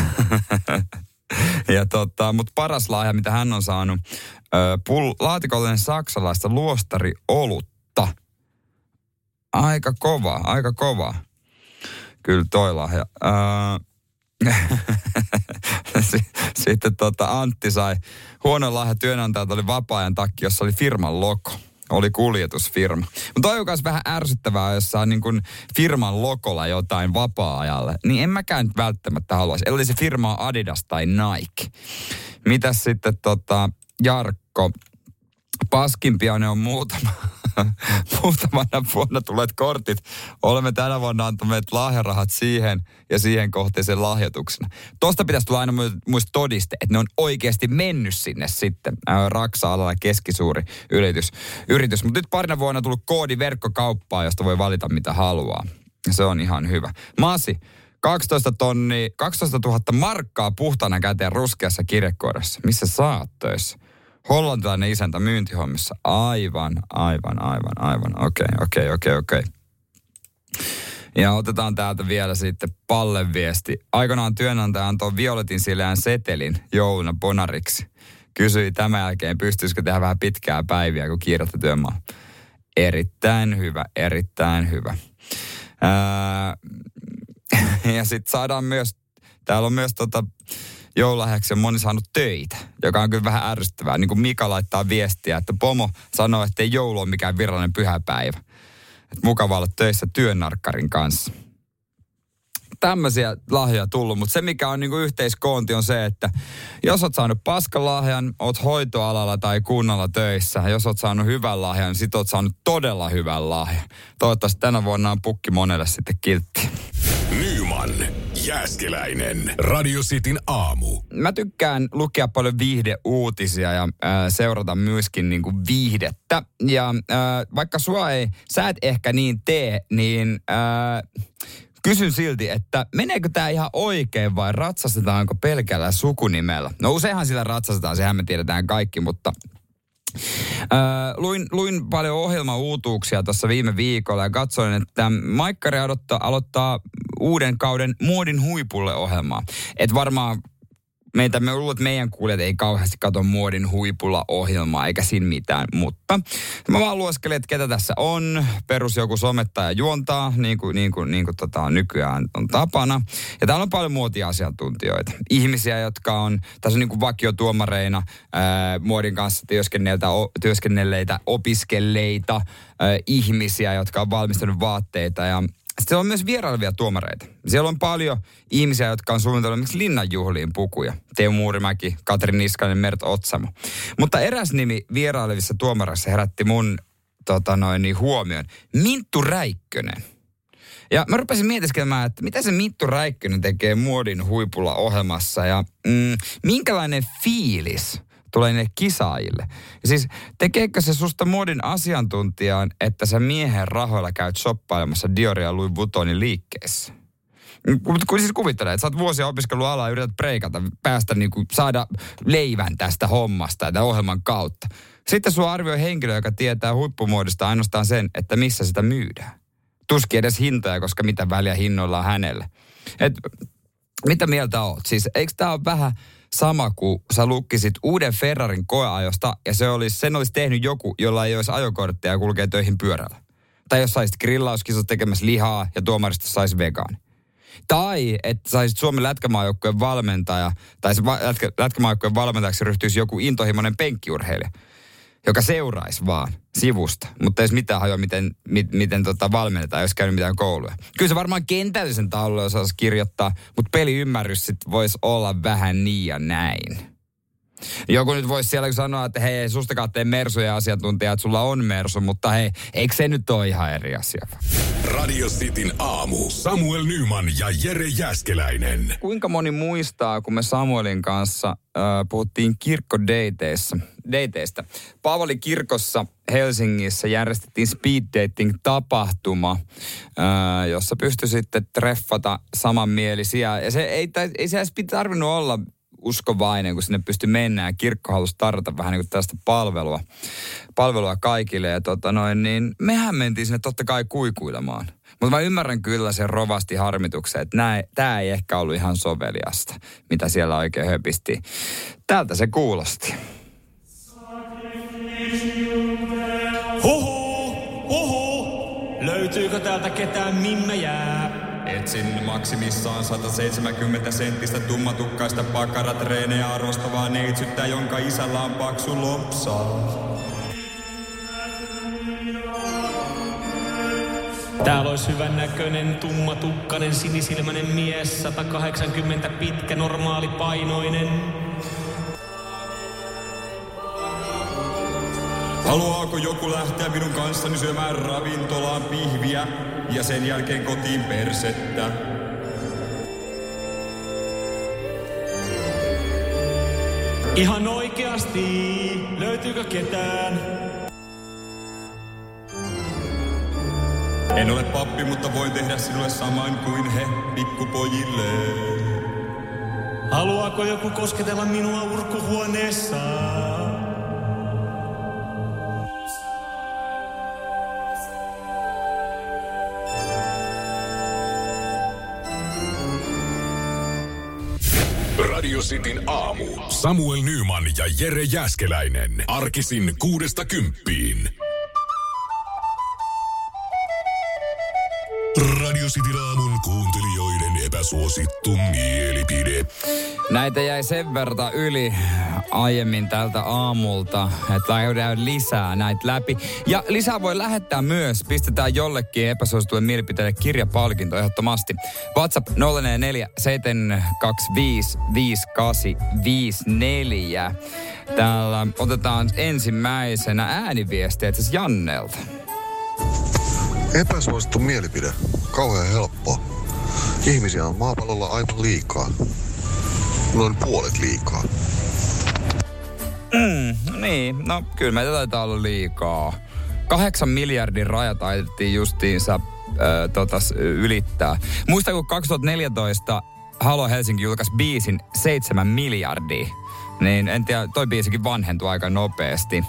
D: ja tota, mutta paras lahja, mitä hän on saanut, pull, laatikollinen saksalaista luostariolutta. Aika kova, aika kova. Kyllä toi lahja. Öö, Sitten tota Antti sai huono lahja työnantajalta, oli vapaa-ajan takki, jossa oli firman logo. Oli kuljetusfirma. Mutta toi on myös vähän ärsyttävää, jos saa niin kun firman logolla jotain vapaa-ajalle. Niin en mäkään nyt välttämättä haluaisi. Eli se firma on Adidas tai Nike. Mitäs sitten tota Jarkko? Paskimpia ne on muutama. Muutamana vuonna tulleet kortit. Olemme tänä vuonna antaneet lahjarahat siihen ja siihen kohteeseen lahjoituksena. Tosta pitäisi tulla aina muista todiste, että ne on oikeasti mennyt sinne sitten. Raksa-alalla keskisuuri yritys. yritys. Mutta nyt parina vuonna tullut koodi verkkokauppaa, josta voi valita mitä haluaa. Se on ihan hyvä. Masi, kaksitoista tonnia, kaksitoista tuhatta markkaa puhtaana käteen ruskeassa kirjekuoressa. Missä sä oot töissä? Hollantilainen isäntä myyntihommissa. Aivan, aivan, aivan, aivan. Okei, okay, okei, okay, okei, okay, okei. Okay. Ja otetaan täältä vielä sitten Pallen viesti. Aikanaan työnantaja antoi violetin sileän setelin jouluna bonariksi. Kysyi tämän jälkeen, pystyisikö tehdä vähän pitkää päiviä, kun kiirettä työmaa. Erittäin hyvä, erittäin hyvä. Ää, ja sitten saadaan myös, täällä on myös tota... joululahjaksi on moni saanut töitä, joka on kyllä vähän ärsyttävää. Niin kuin Mika laittaa viestiä, että pomo sanoo, että ei joulu ole mikään virallinen pyhäpäivä. Että mukava olla töissä työnarkkarin kanssa. Tämmöisiä lahjoja tullut, mutta se mikä on niin kuin yhteiskoonti on se, että jos oot saanut paskalahjan, oot hoitoalalla tai kunnalla töissä. Jos oot saanut hyvän lahjan, niin sit oot saanut todella hyvän lahjan. Toivottavasti tänä vuonna on pukki monelle sitten kiltti.
C: Nyman, Jääskeläinen, Radio Cityn aamu.
D: Mä tykkään lukea paljon viihdeuutisia ja äh, seurata myöskin niinku viihdettä. Ja äh, vaikka sua ei, sä et ehkä niin tee, niin äh, kysyn silti, että meneekö tää ihan oikein vai ratsastetaanko pelkällä sukunimellä? No useinhan sillä ratsastetaan, sehän me tiedetään kaikki, mutta... Äh, luin, luin paljon ohjelmauutuuksia tuossa viime viikolla ja katsoin, että Maikkari aloittaa, aloittaa uuden kauden Muodin huipulle -ohjelmaa. Et varmaan meitä, me luulen, että meidän kuulijat ei kauheasti katso Muodin huipulla -ohjelmaa eikä siinä mitään, mutta mä vaan lueskelin, että ketä tässä on. Perus joku somettaja juontaa, niin kuin, niin kuin, niin kuin tota, nykyään on tapana. Ja täällä on paljon muotiasiantuntijoita. Ihmisiä, jotka on, tässä on niin kuin vakiotuomareina, ää, muodin kanssa työskennelleitä, opiskelleita ää, ihmisiä, jotka on valmistanut vaatteita ja sitten on myös vierailevia tuomareita. Siellä on paljon ihmisiä, jotka on suunnitellut esimerkiksi linnanjuhliin pukuja. Teo Muurimäki, Katri Niskanen, Mert Otsamo. Mutta eräs nimi vierailevissa tuomareissa herätti mun tota noin, niin huomioon. Minttu Räikkönen. Ja mä rupesin mietiskelemään, että mitä se Minttu Räikkönen tekee Muodin huipulla -ohjelmassa ja mm, minkälainen fiilis tulee ne kisaajille. Ja siis tekeekö se susta muodin asiantuntijaan, että sä miehen rahoilla käyt shoppailemassa Dioria ja Louis Vuittonin liikkeessä? Kun siis kuvittelee, että sä oot vuosia opiskellut alaa ja yrität preikata, päästä niin kuin saada leivän tästä hommasta ja tämän ohjelman kautta. Sitten sua arvioi henkilö, joka tietää huippumuodista ainoastaan sen, että missä sitä myydään. Tuskin edes hintoja, koska mitä väliä hinnoilla on hänelle. Et, mitä mieltä oot? Siis eikö tää ole vähän sama kuin sä lukkisit uuden Ferrarin koeajosta ja se olisi, sen olisi tehnyt joku, jolla ei olisi ajokorttia ja kulkee töihin pyörällä. Tai jos saisit grillauskisat tekemässä lihaa ja tuomarista saisi vegaani. Tai että saisit Suomen lätkämaajoukkueen valmentaja, tai se lätkä, lätkämaajoukkueen valmentajaksi ryhtyisi joku intohimoinen penkkiurheilija, joka seuraisi vaan sivusta, mutta ei olisi mitään hajoa, miten, miten, miten tota valmennetaan, jos käynyt mitään kouluja. Kyllä se varmaan kentällisen taululla osaisi kirjoittaa, mutta peliymmärrys sitten voisi olla vähän niin ja näin. Joku nyt voisi siellä sanoa, että hei, sustakaan tee mersuja asiantuntija, että sulla on mersu, mutta hei, eikö se nyt ole ihan eri asia?
C: Radio Cityn aamu. Samuel Nyman ja Jere Jääskeläinen.
D: Kuinka moni muistaa, kun me Samuelin kanssa äh, puhuttiin kirkkodeiteistä? Deiteistä. Paavali kirkossa Helsingissä järjestettiin speed dating tapahtuma, äh, jossa pystyi sitten treffata samanmielisiä. Ja se ei, ei se edes tarvinnut olla uskovainen, kun sinne pystyi mennä ja kirkko halusi tarjota vähän niin kuin tästä palvelua, palvelua kaikille. Ja tota noin, niin mehän mentiin sinne totta kai kuikuilemaan. Mutta mä ymmärrän kyllä sen rovasti harmituksen, että tämä ei ehkä ollut ihan soveliasta, mitä siellä oikein höpisti. Tältä se kuulosti.
L: Huhu, huhu, löytyykö täältä ketään mimme jää?
M: Etsin maksimissaan sata seitsemänkymmentä senttistä tummatukkaista pakaratreenejä arvostavaa neitsyttä, jonka isällä on paksu lompsa.
L: Täällä olisi hyvän näköinen, tummatukkainen, sinisilmäinen mies, sata kahdeksankymmentä pitkä, normaalipainoinen.
M: Haluaako joku lähteä minun kanssani syömään ravintolaan pihviä ja sen jälkeen kotiin persettä?
L: Ihan oikeasti, löytyykö ketään?
M: En ole pappi, mutta voin tehdä sinulle saman kuin he pikkupojille.
L: Haluaako joku kosketella minua urkkuhuoneessaan?
C: Radio Cityn aamu. Samuel Nyman ja Jere Jääskeläinen. Arkisin kuudesta kymppiin. Radio Cityn aamun kuuntelijoiden epäsuosittu mielipide.
D: Näitä jäi sen verran yli aiemmin tältä aamulta, että käydään lisää näitä läpi. Ja lisää voi lähettää myös, pistetään jollekin epäsuositulle mielipiteelle kirjapalkinto ehdottomasti. WhatsApp nolla neljä neljä seitsemän kaksi viisi viisi kahdeksan viisi neljä. Täällä otetaan ensimmäisenä ääniviestiä itse asiassa Jannelta.
N: Epäsuosittu mielipide. Kauhean helppo. Ihmisiä on maapallolla aivan liikaa. Noin puolet liikaa.
D: Mm, niin, no kyllä meitä taitaa olla liikaa. Kahdeksan miljardin raja taidettiin justiinsa äh, totas, ylittää. Muista kun kaksituhattaneljätoista Halo Helsinki julkaisi biisin seitsemän miljardia. Niin en tiedä, toi biisikin vanhentui aika nopeasti.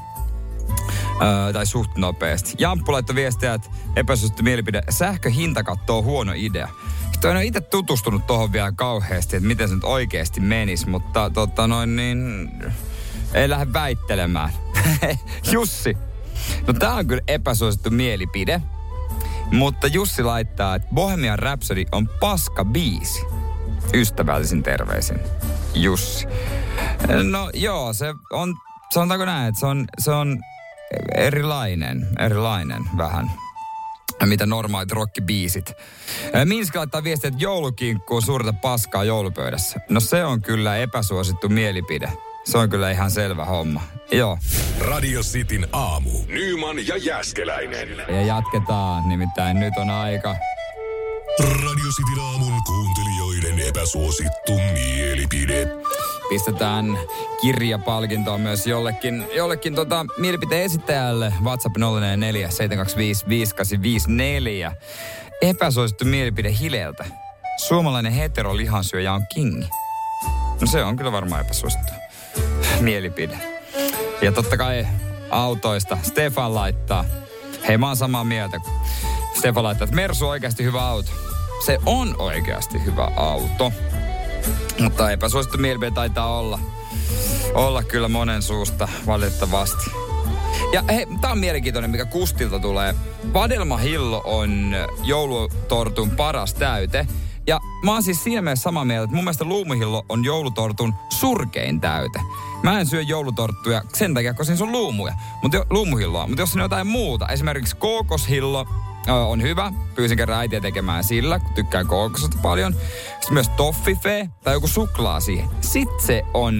D: Öö, tai suht nopeasti. Jamppu laittoi viestiä, että epäsuosittu mielipide. Sähköhintakatto on huono idea. Sitten en ole itse tutustunut tohon vielä kauheasti, että miten se nyt oikeasti menisi, mutta tota noin niin, ei lähde väittelemään. Jussi. No tää on kyllä epäsuosittu mielipide, mutta Jussi laittaa, että Bohemian Rhapsody on paska biisi. Ystävällisin terveisin. Jussi. No joo, se on, sanotaanko näin, että se on, se on erilainen, erilainen vähän. Mitä normaalit rockibiisit. Minsk laittaa viestiä, että joulukinkku on suurta paskaa joulupöydässä. No se on kyllä epäsuosittu mielipide. Se on kyllä ihan selvä homma. Joo.
C: Radio Cityn aamu. Nyman ja Jääskeläinen.
D: Ja jatketaan, nimittäin nyt on aika.
C: Radio Cityn aamun kuuntelijoiden epäsuosittu mielipide.
D: Pistetään kirjapalkintoa myös jollekin, jollekin tota mielipiteen esittäjälle. WhatsApp nolla neljä neljä seitsemän kaksi viisi viisi kahdeksan viisi neljä. Epäsuosittu mielipide Hileltä. Suomalainen heterolihansyöjä on kingi. No se on kyllä varmaan epäsuosittu mielipide. Ja totta kai autoista Stefan laittaa. Hei, mä oon samaa mieltä. Stefan laittaa, että Mersu on oikeasti hyvä auto. Se on oikeasti hyvä auto. Mutta epäsuosittu mielipide taitaa olla. Olla kyllä monen suusta, valitettavasti. Ja hei, tää on mielenkiintoinen, mikä Kustilta tulee. Vadelmahillo on joulutortun paras täyte. Ja mä oon siis siinä mielessä samaa mieltä, että mun mielestä luumuhillo on joulutortun surkein täyte. Mä en syö joulutorttuja sen takia, koska siinä on luumuja. Mutta jo, luumuhilloa. Mutta jos siinä on jotain muuta, esimerkiksi kookoshillo on hyvä. Pyysin kerran äitiä tekemään sillä, kun tykkään kookosesta paljon. Sitten myös toffifee tai joku suklaa siihen. Sitten se on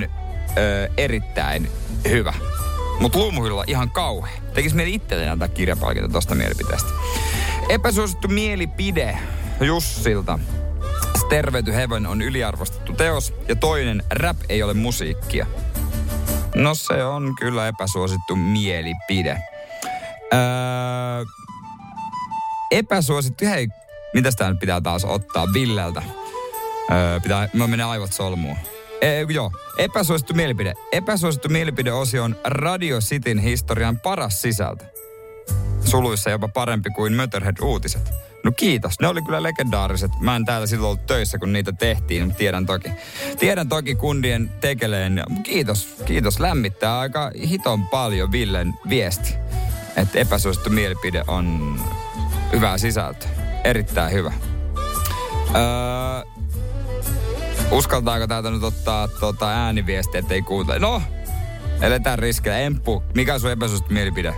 D: öö, erittäin hyvä. Mutta luumuhyllä ihan kauhea. Tekis mieli itselleen antaa kirjapalkinto tosta mielipiteestä. Epäsuosittu mielipide Jussilta. Stairway to Heaven on yliarvostettu teos ja toinen rap ei ole musiikkia. No se on kyllä epäsuosittu mielipide. Öö, epäsuosittu, hei, mitäs tää nyt pitää taas ottaa Villeltä? Öö, pitää, mä menen aivot solmuun. E, joo, epäsuosittu mielipide. Epäsuosittu mielipideosio on Radio Cityn historian paras sisältö. Suluissa jopa parempi kuin Motorhead-uutiset. No kiitos, ne oli kyllä legendaariset. Mä en täällä silloin ollut töissä, kun niitä tehtiin, mutta tiedän toki. Tiedän toki kundien tekeleen. Kiitos, kiitos. Lämmittää aika hiton paljon Villen viesti. Että epäsuosittu mielipide on hyvää sisältöä. Erittäin hyvä. Öö, uskaltaako täältä nyt ottaa tuota ääniviestiä, ettei kuuntele? No, eletään riskillä. Emppu, mikä on sun epäsuosittu mielipide?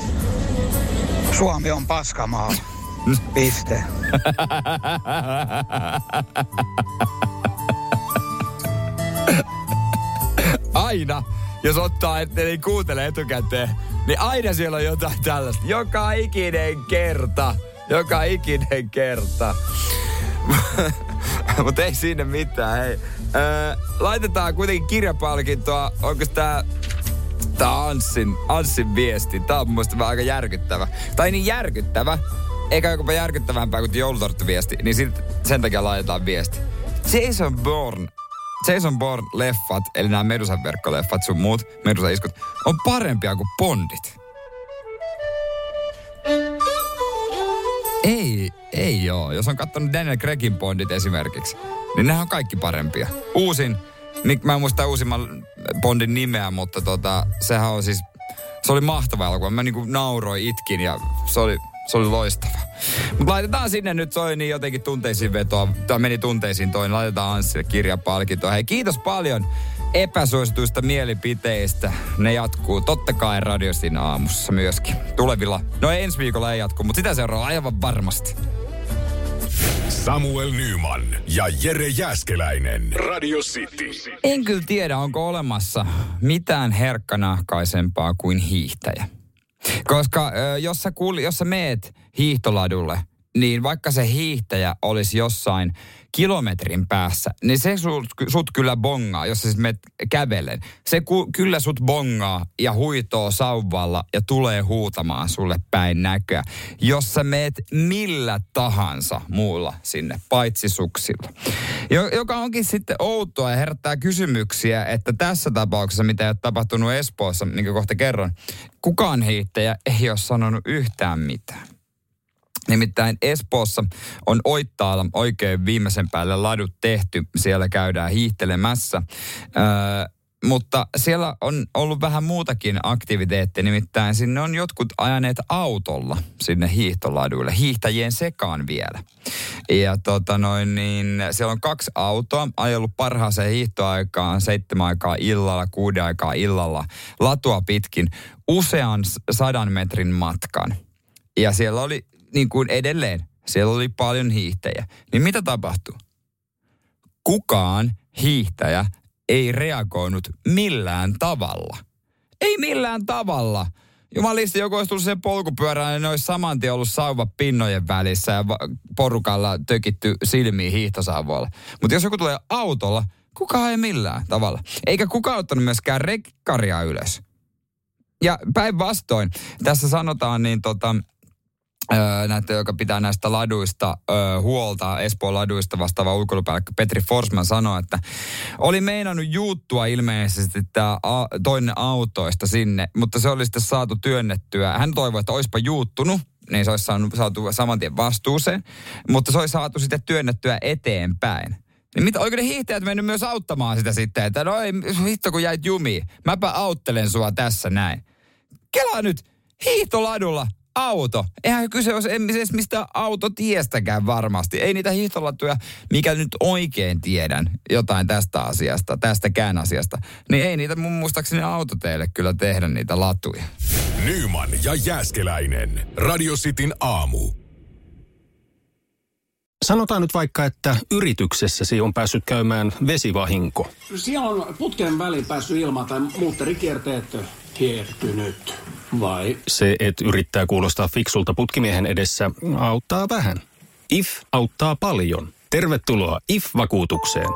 O: Suomi on paskamaa. Piste.
D: Aina, jos ottaa, ettei kuuntele etukäteen, niin aina siellä on jotain tällaista. Joka ikinen kerta. Joka ikinen kerta. Mutta ei siinä mitään, hei. Öö, laitetaan kuitenkin kirjapalkintoa. Onko tää... Tää on Anssin, Anssin viesti. Tää on mun mielestä aika järkyttävä. Tai niin järkyttävä. Eikä jopa järkyttävämpää kuin joulutorttuviesti. Niin sit, sen takia laitetaan viesti. Jason Bourne. Jason Bourne-leffat, eli nämä Medusan verkkoleffat, sun muut Medusa-iskut, on parempia kuin Bondit. Ei, ei oo. Jos on katsonut Daniel Craigin Bondit esimerkiksi, niin nehän on kaikki parempia. Uusin, mä en muista uusimman Bondin nimeä, mutta tota, sehän on siis, se oli mahtava elokuva. Mä niinku nauroin, itkin ja se oli, se oli loistava. Mutta laitetaan sinne nyt toi niin jotenkin tunteisiin vetoa. Tämä meni tunteisiin toi, niin laitetaan Anssille kirjapalkintoa. Hei, kiitos paljon epäsuosituista mielipiteistä. Ne jatkuu totta kai Radio Cityn aamussa myöskin. Tulevilla, no ensi viikolla ei jatku, mutta sitä seuraa aivan varmasti.
C: Samuel Nyman ja Jere Jääskeläinen. Radio City.
D: En kyllä tiedä, onko olemassa mitään herkkanahkaisempaa kuin hiihtäjä. Koska ö, jos, sä kuuli, jos sä meet hiihtoladulle, niin vaikka se hiihtäjä olisi jossain kilometrin päässä, niin se sut, sut kyllä bongaa, jos sä siis menet kävellen. Se ku, kyllä sut bongaa ja huitoo sauvalla ja tulee huutamaan sulle päin näköä, jos sä meet millä tahansa muulla sinne, paitsi suksilla. Joka onkin sitten outoa ja herättää kysymyksiä, että tässä tapauksessa, mitä ei ole tapahtunut Espoossa, niin kuin kohta kerron, kukaan hiihtäjä ei ole sanonut yhtään mitään. Nimittäin Espoossa on Oittaalla oikein viimeisen päälle ladut tehty. Siellä käydään hiihtelemässä. Öö, mutta siellä on ollut vähän muutakin aktiviteettia. Nimittäin sinne on jotkut ajaneet autolla sinne hiihtoladuille. Hiihtäjien sekaan vielä. Ja tota noin niin, siellä on kaksi autoa ajellut parhaaseen hiihtoaikaan seitsemän aikaa illalla, kuuden aikaa illalla latua pitkin usean sadan metrin matkan. Ja siellä oli niin kuin edelleen, siellä oli paljon hiihtäjiä. Niin mitä tapahtui? Kukaan hiihtäjä ei reagoinut millään tavalla. Ei millään tavalla. Jumalista, joku olisi tullut siihen polkupyörään ja ne olisi saman tien ollut sauva pinnojen välissä ja porukalla tökitty silmiin hiihtosauvoilla. Mutta jos joku tulee autolla, kukaan ei millään tavalla. Eikä kukaan ottanut myöskään rekkaria ylös. Ja päinvastoin, tässä sanotaan niin tota... Öö, näitä, joka pitää näistä laduista öö, huolta, Espoon laduista vastaava ulkoilupäällikkö Petri Forsman sanoi, että oli meinannut juuttua ilmeisesti tämä a, toinen autoista sinne, mutta se oli sitten saatu työnnettyä. Hän toivoi, että olisipa juuttunut, niin se olisi saanut, saatu saman tien vastuuseen, mutta se olisi saatu sitten työnnettyä eteenpäin. Niin mitä, oliko ne hiihtäjät mennyt myös auttamaan sitä sitten, että no ei, hitto kun jäit jumiin, mäpä auttelen sua tässä näin. Kelaa nyt, hiihtoladulla auto. Eihän kyse olisi edes mistään autotiestäkään varmasti. Ei niitä hiihtolatuja, mikä nyt oikein tiedän jotain tästä asiasta, tästäkään asiasta, niin ei niitä mun muistaakseni autoteille kyllä tehdä niitä latuja.
C: Nyman ja Jääskeläinen. Radio Cityn aamu.
H: Sanotaan nyt vaikka, että yrityksessäsi on päässyt käymään vesivahinko.
I: Siellä on putken väliin päässyt ilma tai muutterikierteet hiertynyt. Vai?
H: Se, että yrittää kuulostaa fiksulta putkimiehen edessä, auttaa vähän. I F auttaa paljon. Tervetuloa I F-vakuutukseen.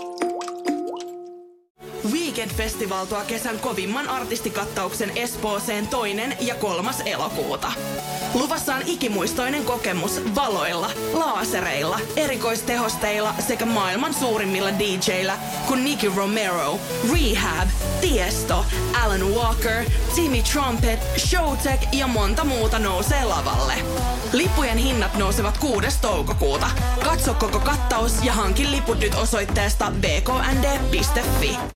K: Weekend Festival tuo kesän kovimman artistikattauksen Espooseen toinen ja kolmas elokuuta. Luvassa on ikimuistoinen kokemus valoilla, laasereilla, erikoistehosteilla sekä maailman suurimmilla D J:illä kuin Nicky Romero, Rehab, Tiesto, Alan Walker, Timmy Trumpet, Showtek ja monta muuta nousee lavalle. Lippujen hinnat nousevat kuudes toukokuuta. Katso koko kattaus ja hankin liput nyt osoitteesta b k n d piste f i.